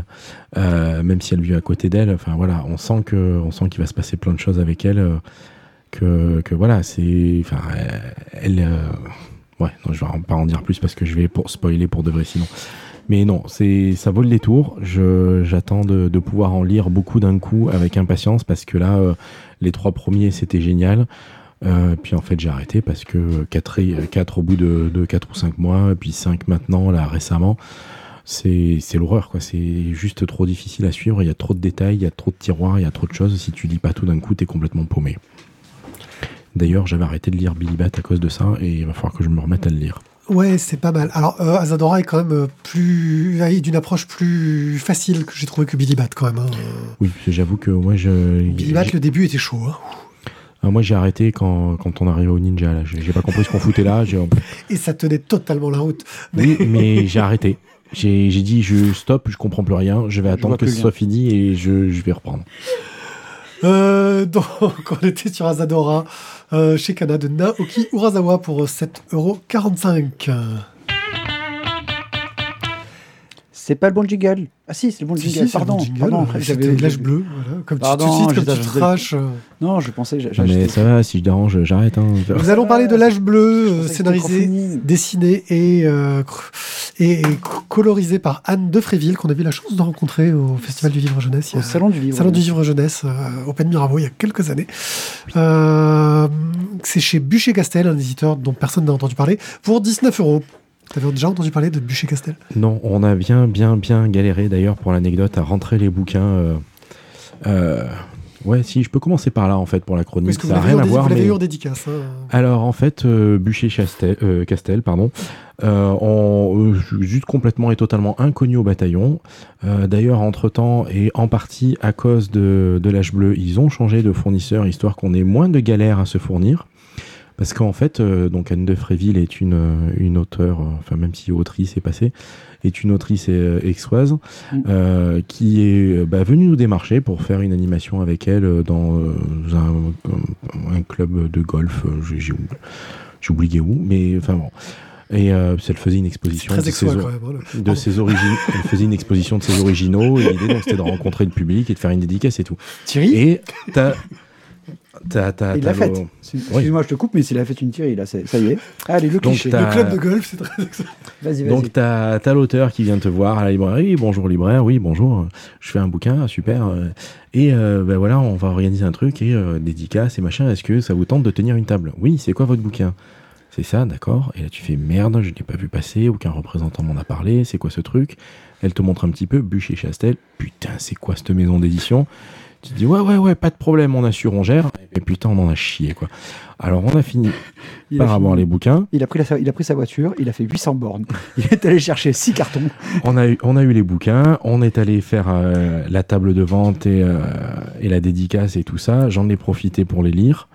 enfin voilà, on sent qu'il va se passer plein de choses avec elle, que voilà, c'est, enfin, ouais, non, je vais pas en dire plus parce que je vais spoiler pour de vrai sinon. Mais non, ça vaut le détour. J'attends de pouvoir en lire beaucoup d'un coup avec impatience parce que là, les 3 premiers c'était génial. Puis en fait j'ai arrêté parce que 4 au bout de 4 ou 5 mois et puis 5 maintenant là récemment c'est l'horreur quoi, c'est juste trop difficile à suivre, il y a trop de détails, il y a trop de tiroirs, il y a trop de choses, si tu lis pas tout d'un coup t'es complètement paumé. D'ailleurs j'avais arrêté de lire Billy Bat à cause de ça et il va falloir que je me remette à le lire. Ouais, c'est pas mal. Alors Asadora est quand même d'une approche plus facile que j'ai trouvé que Billy Bat quand même, hein. Oui, j'avoue que moi Billy Bat le début était chaud, hein. Moi j'ai arrêté quand on arrivait au ninja là. J'ai pas compris ce qu'on foutait là. Et ça tenait totalement la route. Oui, mais j'ai arrêté. J'ai dit je stoppe, je comprends plus rien. Je vais attendre que ce soit fini et je vais reprendre. Donc on était sur Asadora chez Kana de Naoki Urasawa pour 7,45 €. C'est pas le bon jingle. Ah si, c'est le bon jingle. Pardon. J'avais l'âge bleu. Voilà. Comme tu trash. Non, je pensais. Mais ça va, si je dérange, j'arrête. Hein. Nous allons parler de l'âge bleu, scénarisé, dessiné et colorisé par Anne Defréville, qu'on a eu la chance de rencontrer au Festival du Livre Jeunesse. Au Salon du Livre Jeunesse, au Pen Mirabeau, il y a quelques années. C'est chez Bûcher-Castel, un éditeur dont personne n'a entendu parler, pour 19 €. T'avais déjà entendu parler de Bûcher-Castel ? Non, on a bien galéré d'ailleurs pour l'anecdote à rentrer les bouquins. Ouais, si, je peux commencer par là en fait pour la chronique. Parce que ça n'a rien à voir. Vous l'avez eu en dédicace. Hein. Alors en fait, Bûcher-Castel, pardon, juste complètement et totalement inconnu au bataillon. D'ailleurs, entre-temps, et en partie à cause de l'âge bleu, ils ont changé de fournisseur histoire qu'on ait moins de galères à se fournir. Parce qu'en fait, donc Anne Defréville est une auteure, enfin même si autrice est passée, est une autrice aixoise qui est venue nous démarcher pour faire une animation avec elle dans un club de golf. J'ai oublié où, mais enfin bon. Et elle faisait une exposition de ses origines. Elle faisait une exposition de ses originaux. Et l'idée donc c'était de rencontrer le public et de faire une dédicace et tout. Thierry. Et il l'a fait. Excuse-moi, je te coupe, mais s'il a fait une Thierry, là, ça y est. Allez, le cliché. Le club de golf, c'est très excellent. Vas-y. Donc, t'as l'auteur qui vient te voir à la librairie. Bonjour, libraire. Oui, bonjour. Je fais un bouquin, super. Et voilà, on va organiser un truc et dédicace et machin. Est-ce que ça vous tente de tenir une table ? Oui, c'est quoi votre bouquin ? C'est ça, d'accord. Et là, tu fais merde, je l'ai pas vu passer, aucun représentant m'en a parlé. C'est quoi ce truc ? Elle te montre un petit peu, Bûcher-Castel. Putain, c'est quoi cette maison d'édition ? Tu te dis ouais, pas de problème, on assure, on gère. Et putain, on en a chié, quoi. Alors, on a fini par avoir les bouquins. Il a pris sa voiture, il a fait 800 bornes. Il est allé chercher 6 cartons. On a eu les bouquins, on est allé faire la table de vente et la dédicace et tout ça. J'en ai profité pour le lire.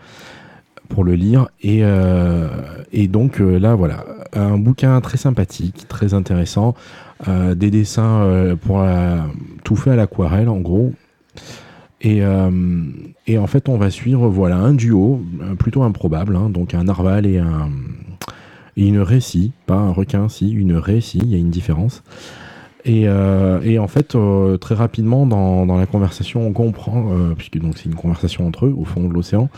Et donc, là, voilà. Un bouquin très sympathique, très intéressant. Des dessins tout fait à l'aquarelle, en gros. Et en fait, on va suivre un duo plutôt improbable, hein, donc un narval et une raie-scie, pas un requin, si, une raie-scie, il y a une différence. Et en fait, très rapidement, dans la conversation, on comprend, puisque donc c'est une conversation entre eux, au fond de l'océan,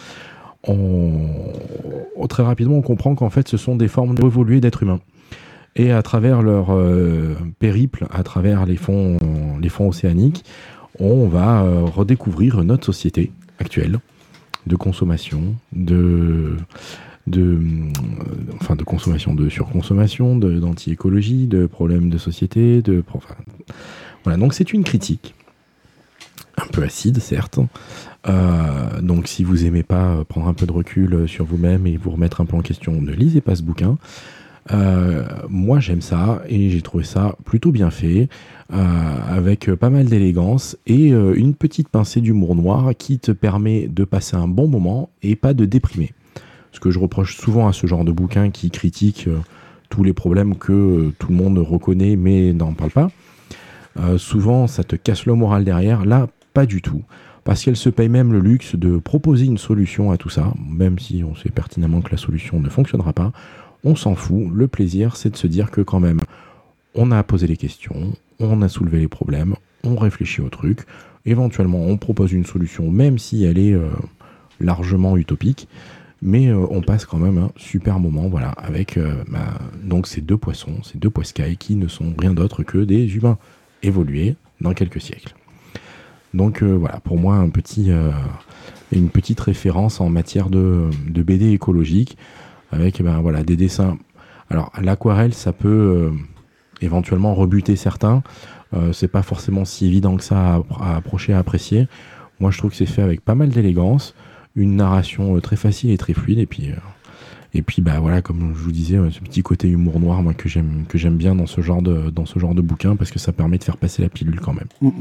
très rapidement, on comprend qu'en fait, ce sont des formes évoluées d'êtres humains. Et à travers leur périple, à travers les fonds océaniques, on va redécouvrir notre société actuelle de consommation, de consommation, de surconsommation, d'anti-écologie, de problèmes de société, voilà. Donc c'est une critique, un peu acide certes. Donc si vous aimez pas prendre un peu de recul sur vous-même et vous remettre un peu en question, ne lisez pas ce bouquin. Moi j'aime ça et j'ai trouvé ça plutôt bien fait, avec pas mal d'élégance et une petite pincée d'humour noir qui te permet de passer un bon moment et pas de déprimer. Ce que je reproche souvent à ce genre de bouquin qui critique tous les problèmes que tout le monde reconnaît mais n'en parle pas, souvent ça te casse le moral derrière. Là pas du tout, parce qu'elle se paye même le luxe de proposer une solution à tout ça, même si on sait pertinemment que la solution ne fonctionnera pas. On s'en fout, le plaisir c'est de se dire que quand même on a posé les questions, on a soulevé les problèmes, on réfléchit au truc, éventuellement on propose une solution même si elle est largement utopique, mais on passe quand même un super moment, voilà, avec donc ces deux poissons, ces deux poiscailles qui ne sont rien d'autre que des humains évolués dans quelques siècles. Donc voilà, pour moi une petite référence en matière de BD écologique, avec des dessins. Alors l'aquarelle, ça peut éventuellement rebuter certains. C'est pas forcément si évident que ça à approcher, à apprécier. Moi, je trouve que c'est fait avec pas mal d'élégance, une narration très facile et très fluide, et puis comme je vous disais, ce petit côté humour noir, moi que j'aime bien dans ce genre de bouquin, parce que ça permet de faire passer la pilule quand même.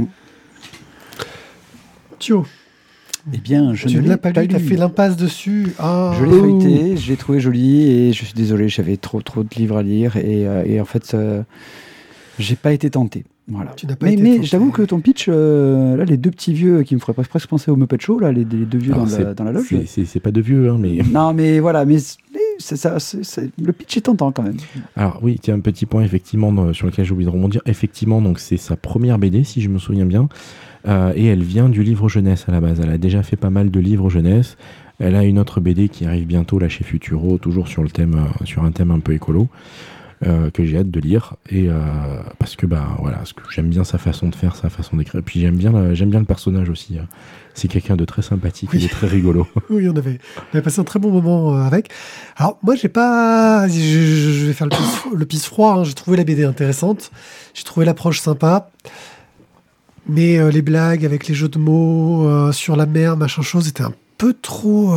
Thio. Eh bien, je tu ne l'as l'ai pas pas lu, lu. t'as fait l'impasse dessus. Ah. Je l'ai feuilleté, je l'ai trouvé joli et je suis désolé, j'avais trop de livres à lire et en fait, j'ai pas été tenté. Voilà. Tu n'as pas été tenté. Je t'avoue que ton pitch, là, les deux petits vieux qui me feraient presque penser au Muppet Show, là, les deux vieux dans la loge. C'est pas deux vieux, hein, mais. Non, mais voilà, mais le pitch est tentant quand même. Alors oui, il y a un petit point effectivement sur lequel j'ai oublié de rebondir. Effectivement, donc c'est sa première BD, si je me souviens bien. Et elle vient du livre jeunesse à la base. Elle a déjà fait pas mal de livres jeunesse. Elle a une autre BD qui arrive bientôt là chez Futuro, toujours sur un thème un peu écolo, que j'ai hâte de lire. Et parce que parce que j'aime bien sa façon de faire, sa façon d'écrire. Et puis j'aime bien le personnage aussi. C'est quelqu'un de très sympathique, il est très rigolo. Oui, on avait passé un très bon moment avec. Alors moi, j'ai pas. Je vais faire le pisse froid. Hein. J'ai trouvé la BD intéressante. J'ai trouvé l'approche sympa. Mais les blagues avec les jeux de mots sur la mer, machin chose, étaient un peu trop...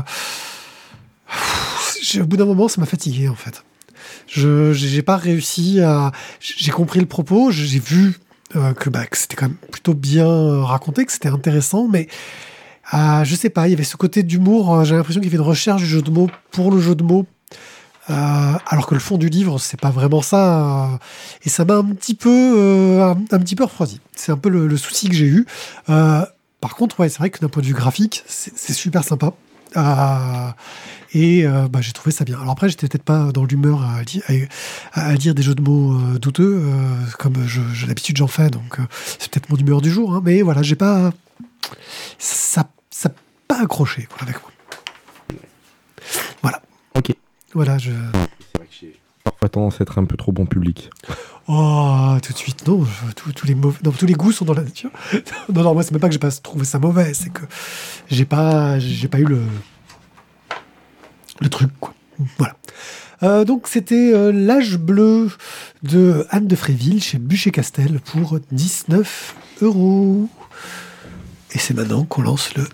Au bout d'un moment, ça m'a fatigué, en fait. J'ai pas réussi à... J'ai compris le propos, j'ai vu que c'était quand même plutôt bien raconté, que c'était intéressant, mais je sais pas, il y avait ce côté d'humour, j'ai l'impression qu'il y avait une recherche du jeu de mots pour le jeu de mots, alors que le fond du livre, c'est pas vraiment ça, et ça m'a un petit peu refroidi. C'est un peu le souci que j'ai eu. Par contre, ouais, c'est vrai que d'un point de vue graphique, c'est super sympa. J'ai trouvé ça bien. Alors après, j'étais peut-être pas dans l'humeur à lire des jeux de mots douteux, comme d'habitude j'en fais, donc c'est peut-être mon humeur du jour, hein, mais voilà, ça pas accroché avec moi. Voilà. Ok. Voilà, C'est vrai que j'ai parfois tendance à être un peu trop bon public. Oh, tout de suite, non. Tous les goûts sont dans la nature. Non, moi, c'est même pas que j'ai pas trouvé ça mauvais, c'est que j'ai pas eu le truc, quoi. Voilà. Donc, c'était L'Âge bleu de Anne de Fréville chez Bûcher-Castel pour 19 €. Et c'est maintenant qu'on lance le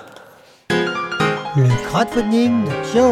crowdfunding de Thio.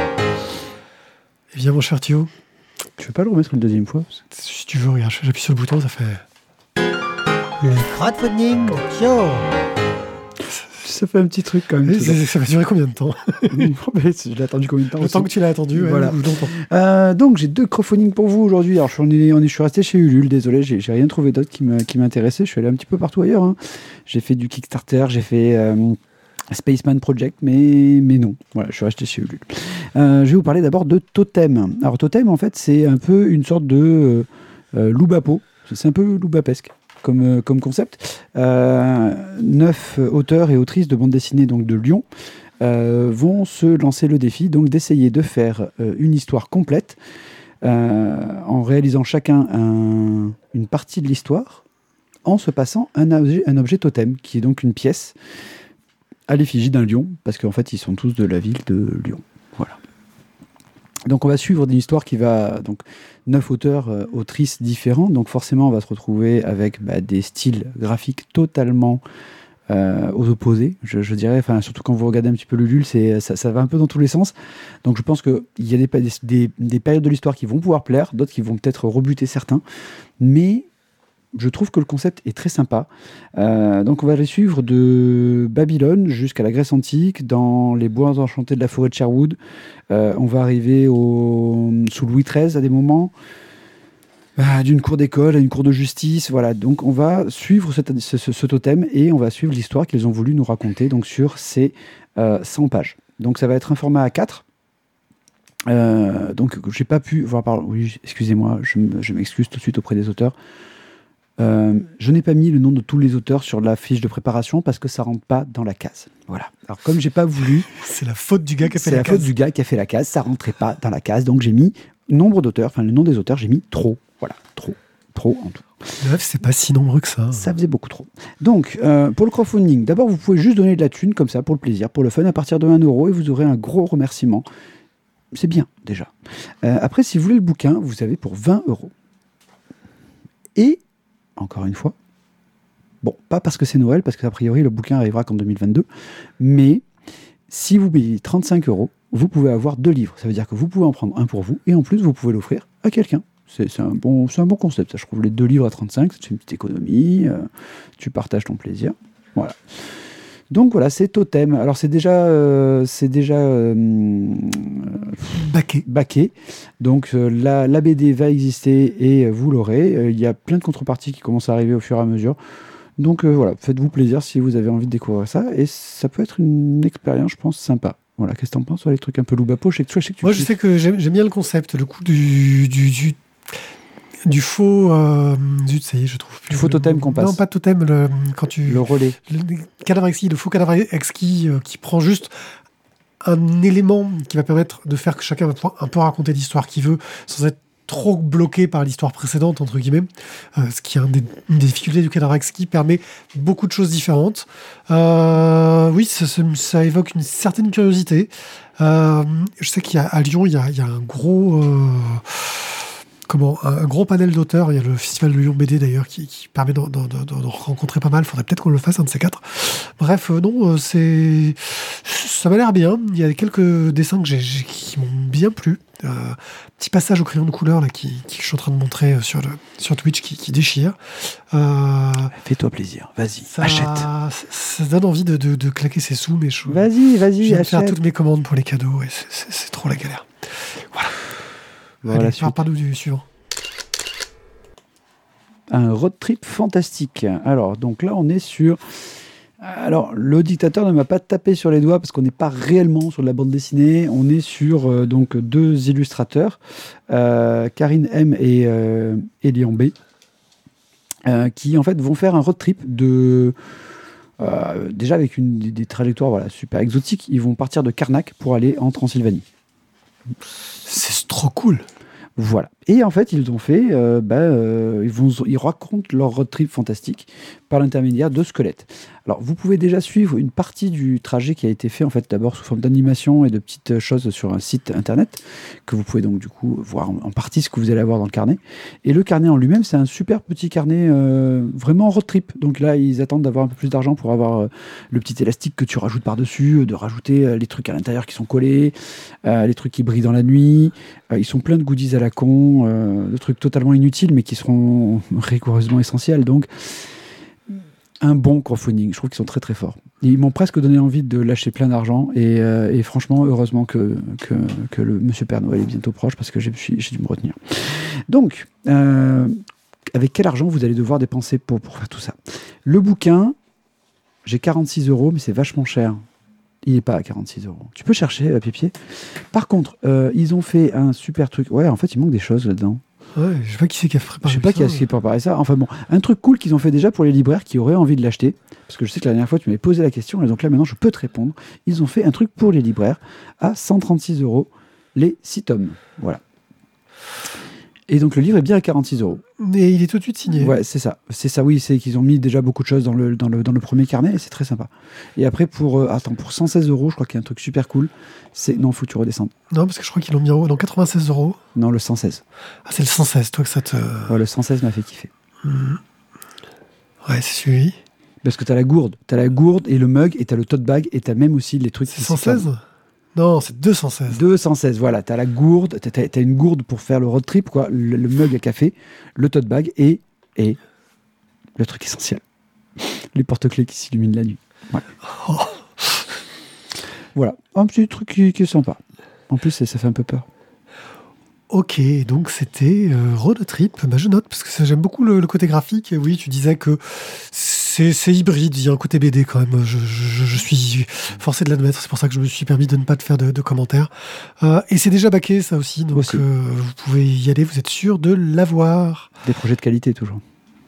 Eh bien, mon cher Thio. Tu veux pas le remettre une deuxième fois? Si tu veux, regarde, j'appuie sur le bouton, ça fait... Le crowdfunding de Thio. Ça fait un petit truc quand même. Ça va durer combien de temps? Je l'ai attendu combien de temps Le aussi. temps que tu l'as attendu, Voilà. ou longtemps. Donc j'ai 2 crowdfunding pour vous aujourd'hui. Alors je suis resté chez Ulule, désolé, j'ai rien trouvé d'autre qui m'intéressait. Je suis allé un petit peu partout ailleurs. Hein. J'ai fait du Kickstarter, j'ai fait Spaceman Project, mais non. Voilà, je suis resté chez Ulule. Je vais vous parler d'abord de Totem. Alors Totem, en fait, c'est un peu une sorte de loup-bapo. C'est un peu loup-bapesque comme concept. 9 auteurs et autrices de bande dessinée donc de Lyon vont se lancer le défi donc d'essayer de faire une histoire complète en réalisant chacun une partie de l'histoire en se passant un objet totem qui est donc une pièce à l'effigie d'un lion parce qu'en fait ils sont tous de la ville de Lyon. Voilà. Donc on va suivre une histoire qui va donc 9 auteurs, autrices différents, donc forcément on va se retrouver avec des styles graphiques totalement aux opposés, je dirais, enfin surtout quand vous regardez un petit peu le LUL, ça va un peu dans tous les sens. Donc je pense qu'il y a des périodes de l'histoire qui vont pouvoir plaire, d'autres qui vont peut-être rebuter certains, mais je trouve que le concept est très sympa. Donc on va les suivre de Babylone jusqu'à la Grèce antique, dans les bois enchantés de la forêt de Sherwood. On va arriver sous Louis XIII à des moments, d'une cour d'école à une cour de justice. Voilà. Donc on va suivre ce totem et on va suivre l'histoire qu'ils ont voulu nous raconter donc, sur ces 100 pages. Donc ça va être un format A4. Donc j'ai pas pu voir oui, excusez-moi, je m'excuse tout de suite auprès des auteurs. Je n'ai pas mis le nom de tous les auteurs sur la fiche de préparation parce que ça rentre pas dans la case. Voilà. Alors comme j'ai pas voulu, c'est la faute du gars qui a fait la case. C'est la faute du gars qui a fait la case. Ça rentrait pas dans la case, donc j'ai mis nombre d'auteurs, enfin le nom des auteurs, j'ai mis trop. Voilà, trop en tout. 9, c'est pas si nombreux que ça. Ça faisait beaucoup trop. Donc pour le crowdfunding, d'abord vous pouvez juste donner de la thune comme ça pour le plaisir, pour le fun à partir de 1 € et vous aurez un gros remerciement. C'est bien déjà. Après, si vous voulez le bouquin, vous avez pour 20 €. Et encore une fois, bon, pas parce que c'est Noël, parce qu'a priori le bouquin arrivera qu'en 2022, mais si vous payez 35 €, vous pouvez avoir 2 livres. Ça veut dire que vous pouvez en prendre un pour vous, et en plus vous pouvez l'offrir à quelqu'un. C'est un bon concept, ça, je trouve. Les 2 livres à 35, c'est une petite économie, tu partages ton plaisir. Voilà. Donc voilà, c'est Totem. Alors c'est déjà baqué. Donc la BD va exister et vous l'aurez. Il y a plein de contreparties qui commencent à arriver au fur et à mesure. Donc voilà, faites-vous plaisir si vous avez envie de découvrir ça. Et ça peut être une expérience, je pense, sympa. Voilà, qu'est-ce que t'en penses, les trucs un peu loup-bapo? Je sais que tu... Moi, je sais que j'aime bien le concept, le coup du faux... ça y est, je trouve plus. Du faux totem qu'on passe. Non, pas totem, le relais. Le cadavre exquis, le faux cadavre exquis qui prend juste un élément qui va permettre de faire que chacun va pouvoir un peu raconter l'histoire qu'il veut, sans être trop bloqué par l'histoire précédente, entre guillemets. Ce qui est une des difficultés du cadavre exquis, permet beaucoup de choses différentes. Oui, ça évoque une certaine curiosité. Je sais qu'à Lyon, il y a un gros... un gros panel d'auteurs. Il y a le festival de Lyon BD d'ailleurs qui permet d'en rencontrer pas mal. Il faudrait peut-être qu'on le fasse, un de ces 4. Bref, non, ça m'a l'air bien. Il y a quelques dessins qui m'ont bien plu. Petit passage au crayon de couleur là, qui je suis en train de montrer sur Twitch qui déchire. Fais-toi plaisir, vas-y, achète. Ça donne envie de claquer ses sous, mais vas-y, je viens de achète. faire toutes mes commandes pour les cadeaux et c'est trop la galère. Voilà. Allez, parle-nous du suivant. Un road trip fantastique. Alors, donc là, on est sur... Alors, le dictateur ne m'a pas tapé sur les doigts parce qu'on n'est pas réellement sur de la bande dessinée. On est sur donc 2 illustrateurs, Karine M et Elian B, qui en fait vont faire un road trip déjà avec des trajectoires super exotiques. Ils vont partir de Karnak pour aller en Transylvanie. C'est trop cool. Voilà. Et en fait, ils ont fait, ils racontent leur road trip fantastique par l'intermédiaire de squelettes. Alors, vous pouvez déjà suivre une partie du trajet qui a été fait, en fait, d'abord sous forme d'animation et de petites choses sur un site internet, que vous pouvez donc, du coup, voir en partie ce que vous allez avoir dans le carnet. Et le carnet en lui-même, c'est un super petit carnet, vraiment road trip. Donc là, ils attendent d'avoir un peu plus d'argent pour avoir le petit élastique que tu rajoutes par-dessus, de rajouter les trucs à l'intérieur qui sont collés, les trucs qui brillent dans la nuit. Ils sont pleins de goodies à la con, de trucs totalement inutiles, mais qui seront rigoureusement essentiels. Donc, un bon crowdfunding. Je trouve qu'ils sont très très forts. Ils m'ont presque donné envie de lâcher plein d'argent et franchement, heureusement que le Monsieur Père Noël est bientôt proche parce que j'ai dû me retenir. Donc, avec quel argent vous allez devoir dépenser pour faire tout ça? Le bouquin, j'ai 46 €, mais c'est vachement cher. Il n'est pas à 46 €. Tu peux chercher à pied. Par contre, ils ont fait un super truc. Ouais, en fait, il manque des choses là-dedans. Ouais, je sais pas qui c'est qui a préparé ça. Je sais pas qui a préparé ça. Enfin bon, un truc cool qu'ils ont fait déjà pour les libraires qui auraient envie de l'acheter. Parce que je sais que la dernière fois, tu m'avais posé la question. Et donc là, maintenant, je peux te répondre. Ils ont fait un truc pour les libraires à 136 €, les 6 tomes. Voilà. Et donc le livre est bien à 46 €. Mais il est tout de suite signé. Ouais, c'est ça. C'est ça, oui. C'est qu'ils ont mis déjà beaucoup de choses dans le premier carnet et c'est très sympa. Et après, pour 116 €, je crois qu'il y a un truc super cool. Non, faut que tu redescendes. Non, parce que je crois qu'ils l'ont mis en haut dans 96 €. Non, le 116. Ah, c'est le 116, toi, que ça te... Ouais, le 116 m'a fait kiffer. Ouais, c'est celui. Parce que t'as la gourde. T'as la gourde et le mug et t'as le tote bag et t'as même aussi les trucs... C'est 116 ? Non, c'est 216. 216, voilà. T'as la gourde, t'as une gourde pour faire le road trip, quoi. Le mug à café, le tote bag et le truc essentiel. Les porte-clés qui s'illuminent la nuit. Ouais. Oh. Voilà. Un petit truc qui est sympa. En plus, ça fait un peu peur. Ok, donc c'était Road Trip. Bah, je note, parce que j'aime beaucoup le côté graphique. Et oui, tu disais que c'est hybride, il y a un côté BD quand même. Je suis forcé de l'admettre, c'est pour ça que je me suis permis de ne pas te faire de commentaires. Et c'est déjà baqué, ça aussi, donc aussi. Vous pouvez y aller, vous êtes sûr de l'avoir. Des projets de qualité, toujours.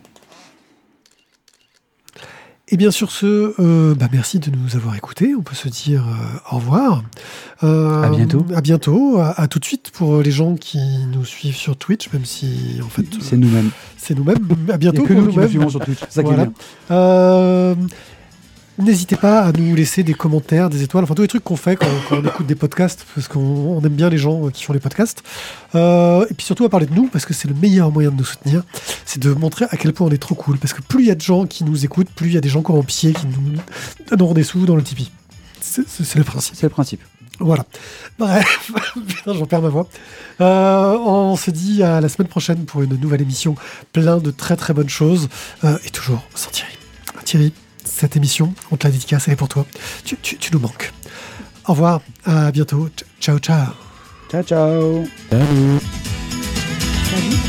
Et bien sur ce, merci de nous avoir écoutés. On peut se dire au revoir. À bientôt. À bientôt. À tout de suite pour les gens qui nous suivent sur Twitch, même si en fait c'est nous-mêmes. C'est nous-mêmes. À bientôt. Il y a que pour nous qui nous nous-mêmes. suivons sur Twitch. C'est ça Voilà. qui est bien. N'hésitez pas à nous laisser des commentaires, des étoiles, enfin tous les trucs qu'on fait quand on écoute des podcasts, parce qu'on aime bien les gens qui font les podcasts. Et puis surtout à parler de nous, parce que c'est le meilleur moyen de nous soutenir, c'est de montrer à quel point on est trop cool. Parce que plus il y a de gens qui nous écoutent, plus il y a des gens corrompus qui nous donneront des sous dans le Tipeee. C'est le principe. C'est le principe. Voilà. Bref, putain, j'en perds ma voix. On se dit à la semaine prochaine pour une nouvelle émission, plein de très très bonnes choses. Et toujours sans Thierry. Thierry, cette émission, on te la dédicace, elle est pour toi. Tu nous manques. Au revoir, à bientôt. Ciao, ciao. Ciao, ciao. Salut. Salut.